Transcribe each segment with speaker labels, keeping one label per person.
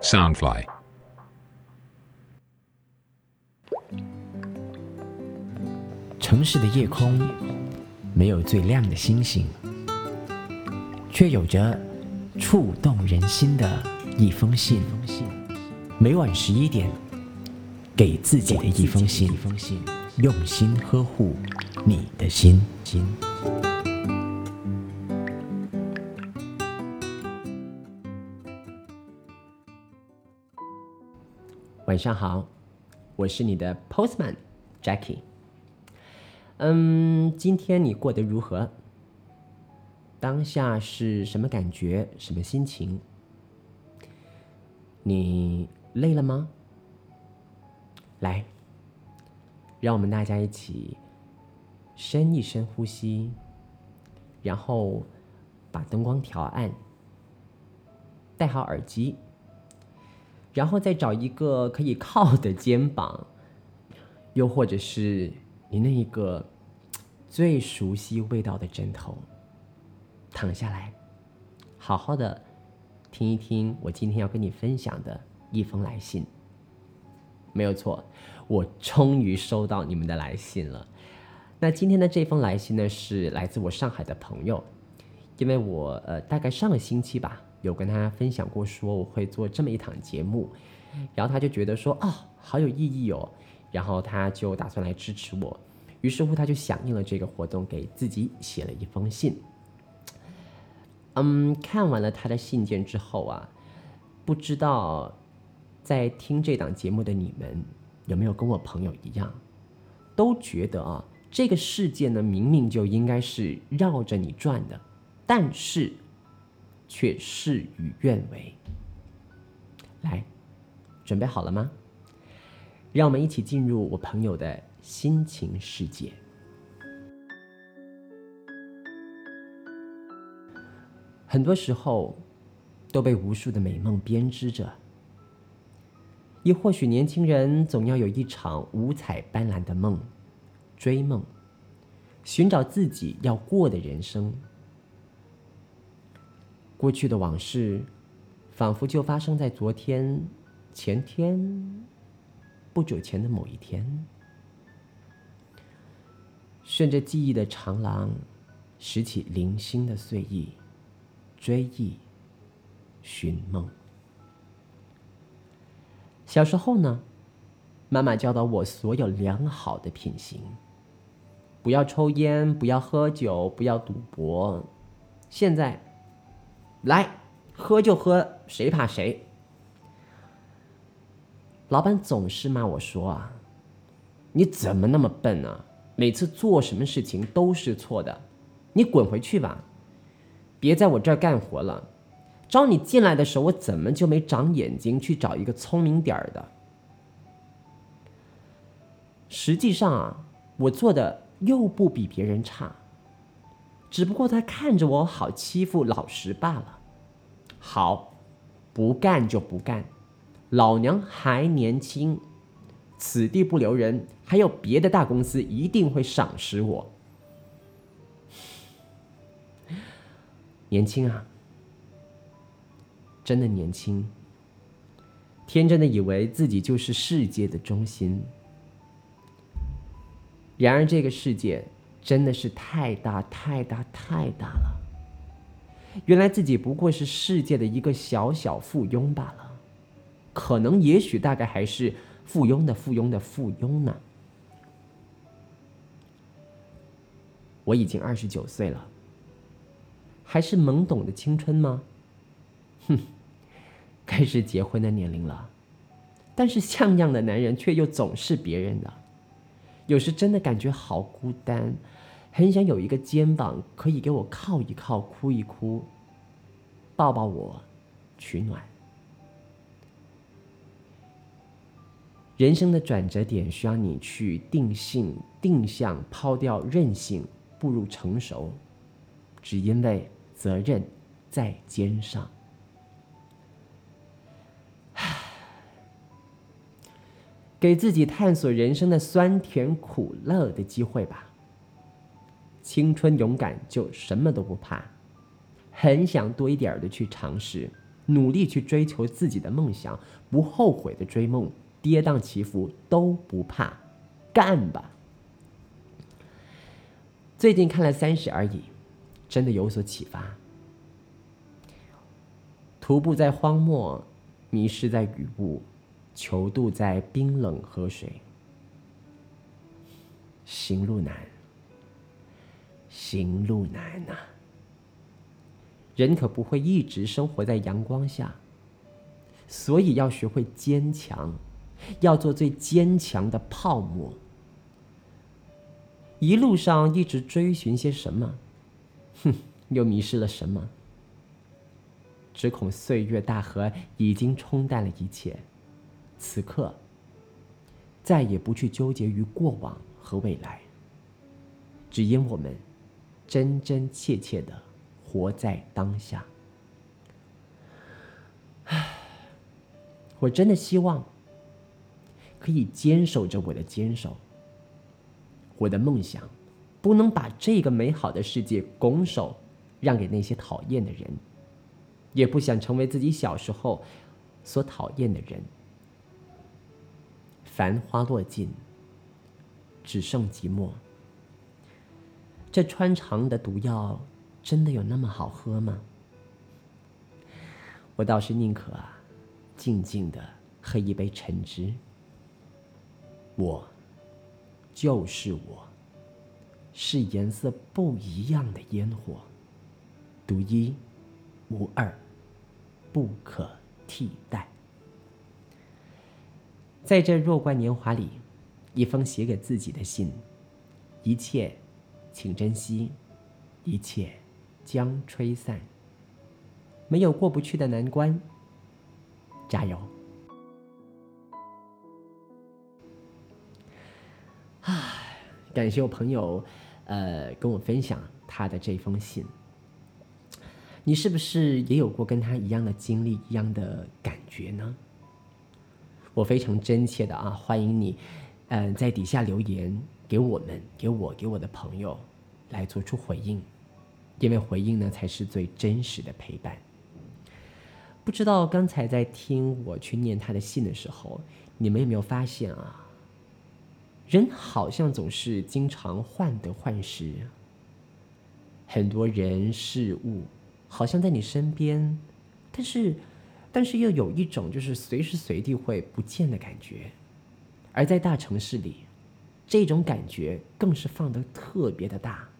Speaker 1: Soundfly。
Speaker 2: 城市的夜空没有最亮的星星，却有着触动人心的一封信。每晚11点，给自己的一封信，用心呵护你的心。晚上好，我是你的 Postman Jackie。今天你过得如何？当下是什么感觉？什么心情？你累了吗？来，让我们大家一起深一深呼吸，然后把灯光调暗，戴好耳机，然后再找一个可以靠的肩膀，又或者是你那一个最熟悉味道的枕头，躺下来，好好的听一听我今天要跟你分享的一封来信。没有错，我终于收到你们的来信了。那今天的这封来信呢，是来自我上海的朋友，因为我大概上个星期吧，有跟他分享过说我会做这么一档节目，然后他就觉得说好有意义哦，然后他就打算来支持我，于是乎他就响应了这个活动，给自己写了一封信。看完了他的信件之后啊，不知道在听这档节目的你们有没有跟我朋友一样，都觉得这个世界呢明明就应该是绕着你转的，但是却事与愿违。来，准备好了吗？让我们一起进入我朋友的心情世界。很多时候都被无数的美梦编织着，亦或许年轻人总要有一场五彩斑斓的梦，追梦，寻找自己要过的人生。过去的往事仿佛就发生在昨天、前天、不久前的某一天，顺着记忆的长廊拾起零星的碎意，追忆寻梦。小时候呢，妈妈教导我所有良好的品行，不要抽烟，不要喝酒，不要赌博。现在来喝就喝，谁怕谁？老板总是骂我说你怎么那么笨啊，每次做什么事情都是错的，你滚回去吧，别在我这儿干活了。招你进来的时候，我怎么就没长眼睛去找一个聪明点儿的？实际上我做的又不比别人差，只不过他看着我好欺负老实罢了。好，不干就不干，老娘还年轻，此地不留人，还有别的大公司一定会赏识我。年轻啊，真的年轻，天真的以为自己就是世界的中心。然而这个世界真的是太大太大太大了，原来自己不过是世界的一个小小附庸罢了，可能也许大概还是附庸的附庸的附庸呢。我已经29岁了，还是懵懂的青春吗？该是结婚的年龄了，但是像样的男人却又总是别人的，有时真的感觉好孤单，很想有一个肩膀可以给我靠一靠，哭一哭，抱抱我，取暖。人生的转折点需要你去定性、定向，抛掉任性，步入成熟，只因为责任在肩上。给自己探索人生的酸甜苦乐的机会吧。青春勇敢就什么都不怕，很想多一点的去尝试， 努力去追求自己的梦想，不后悔的追梦，跌宕起伏都不怕，干吧！最近看了30而已，真的有所启发。徒步在荒漠，迷失在雨雾，求渡在冰冷河水。行路难，行路难啊！人可不会一直生活在阳光下，所以要学会坚强，要做最坚强的泡沫。一路上一直追寻些什么？又迷失了什么？只恐岁月大河已经冲淡了一切，此刻再也不去纠结于过往和未来，只因我们真真切切的活在当下。我真的希望可以坚守着我的坚守，我的梦想不能把这个美好的世界拱手让给那些讨厌的人，也不想成为自己小时候所讨厌的人。繁花落尽，只剩寂寞。这穿肠的毒药真的有那么好喝吗？我倒是宁可静静的喝一杯橙汁。我就是我，是颜色不一样的烟火，独一无二，不可替代。在这弱冠年华里，一封写给自己的信，一切请珍惜，一切将吹散，没有过不去的难关，加油！感谢我朋友跟我分享他的这封信。你是不是也有过跟他一样的经历，一样的感觉呢？我非常真切的欢迎你在底下留言给我们，给我的朋友来做出回应，因为回应呢才是最真实的陪伴。不知道刚才在听我去念他的信的时候，你们有没有发现人好像总是经常患得患失，很多人事物好像在你身边，但是又有一种就是随时随地会不见的感觉。而在大城市里，这种感觉更是放得特别的大。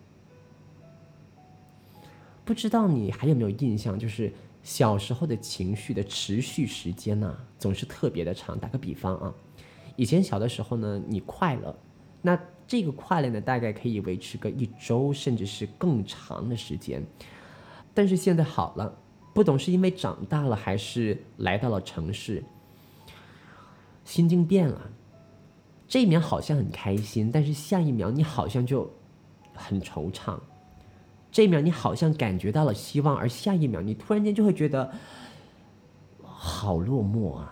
Speaker 2: 不知道你还有没有印象，就是小时候的情绪的持续时间总是特别的长。打个比方以前小的时候呢，你快乐，那这个快乐呢，大概可以维持个1周，甚至是更长的时间。但是现在好了，不懂是因为长大了，还是来到了城市，心境变了。这一秒好像很开心，但是下一秒你好像就很惆怅。这一秒你好像感觉到了希望，而下一秒你突然间就会觉得好落寞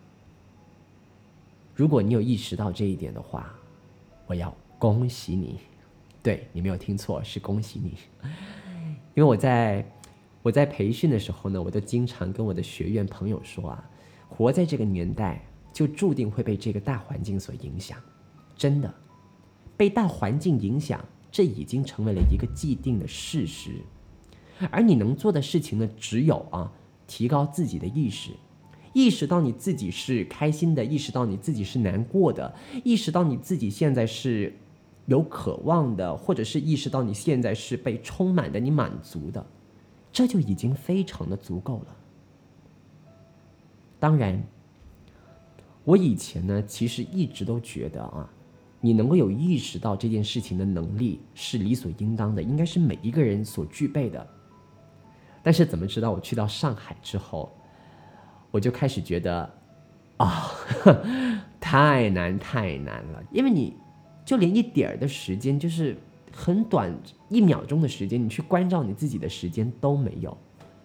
Speaker 2: 如果你有意识到这一点的话，我要恭喜你。对，你没有听错，是恭喜你。因为我在培训的时候呢，我都经常跟我的学员朋友说活在这个年代就注定会被这个大环境所影响。真的，被大环境影响，这已经成为了一个既定的事实。而你能做的事情呢，只有提高自己的意识，意识到你自己是开心的，意识到你自己是难过的，意识到你自己现在是有渴望的，或者是意识到你现在是被充满的，你满足的，这就已经非常的足够了。当然，我以前呢，其实一直都觉得你能够有意识到这件事情的能力是理所应当的，应该是每一个人所具备的。但是怎么知道我去到上海之后，我就开始觉得太难了，因为你就连一点的时间，就是很短1秒钟的时间，你去关照你自己的时间都没有，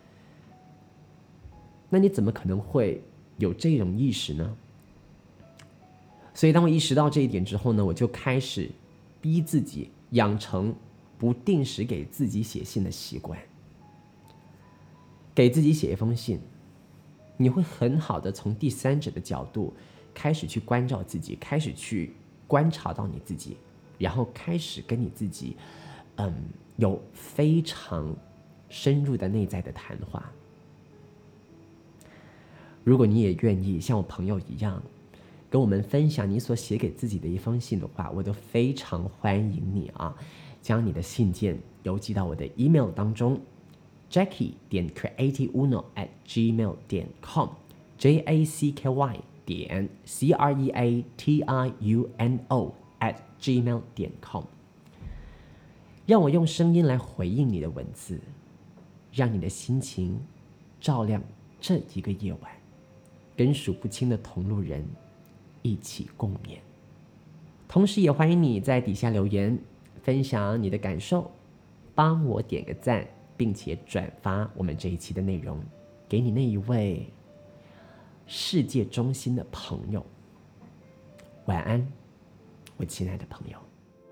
Speaker 2: 那你怎么可能会有这种意识呢？所以当我意识到这一点之后呢，我就开始逼自己养成不定时给自己写信的习惯。 给自己写一封信，你会很好的从第三者的角度开始去关照自己，开始去观察到你自己，然后开始跟你自己有非常深入的内在的谈话。如果你也愿意像我朋友一样跟我们分享你所写给自己的一封信的话，我都非常欢迎你啊，将你的信件邮寄到我的 email 当中 jackie.creatiuno@gmail.com jacky.creatiuno@gmail.com 让我用声音来回应你的文字，让你的心情照亮这一个夜晚，跟数不清的同路人一起共勉。同时也欢迎你在底下留言分享你的感受，帮我点个赞，并且转发我们这一期的内容给你那一位世界中心的朋友。晚安，我亲爱的朋友。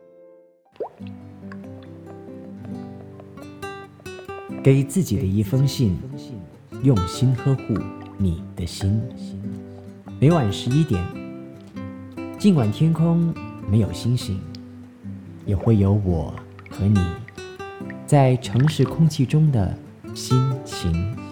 Speaker 2: 给自己的一封信，用心呵护你的心。每晚11点，尽管天空没有星星，也会有我和你在城市空气中的心情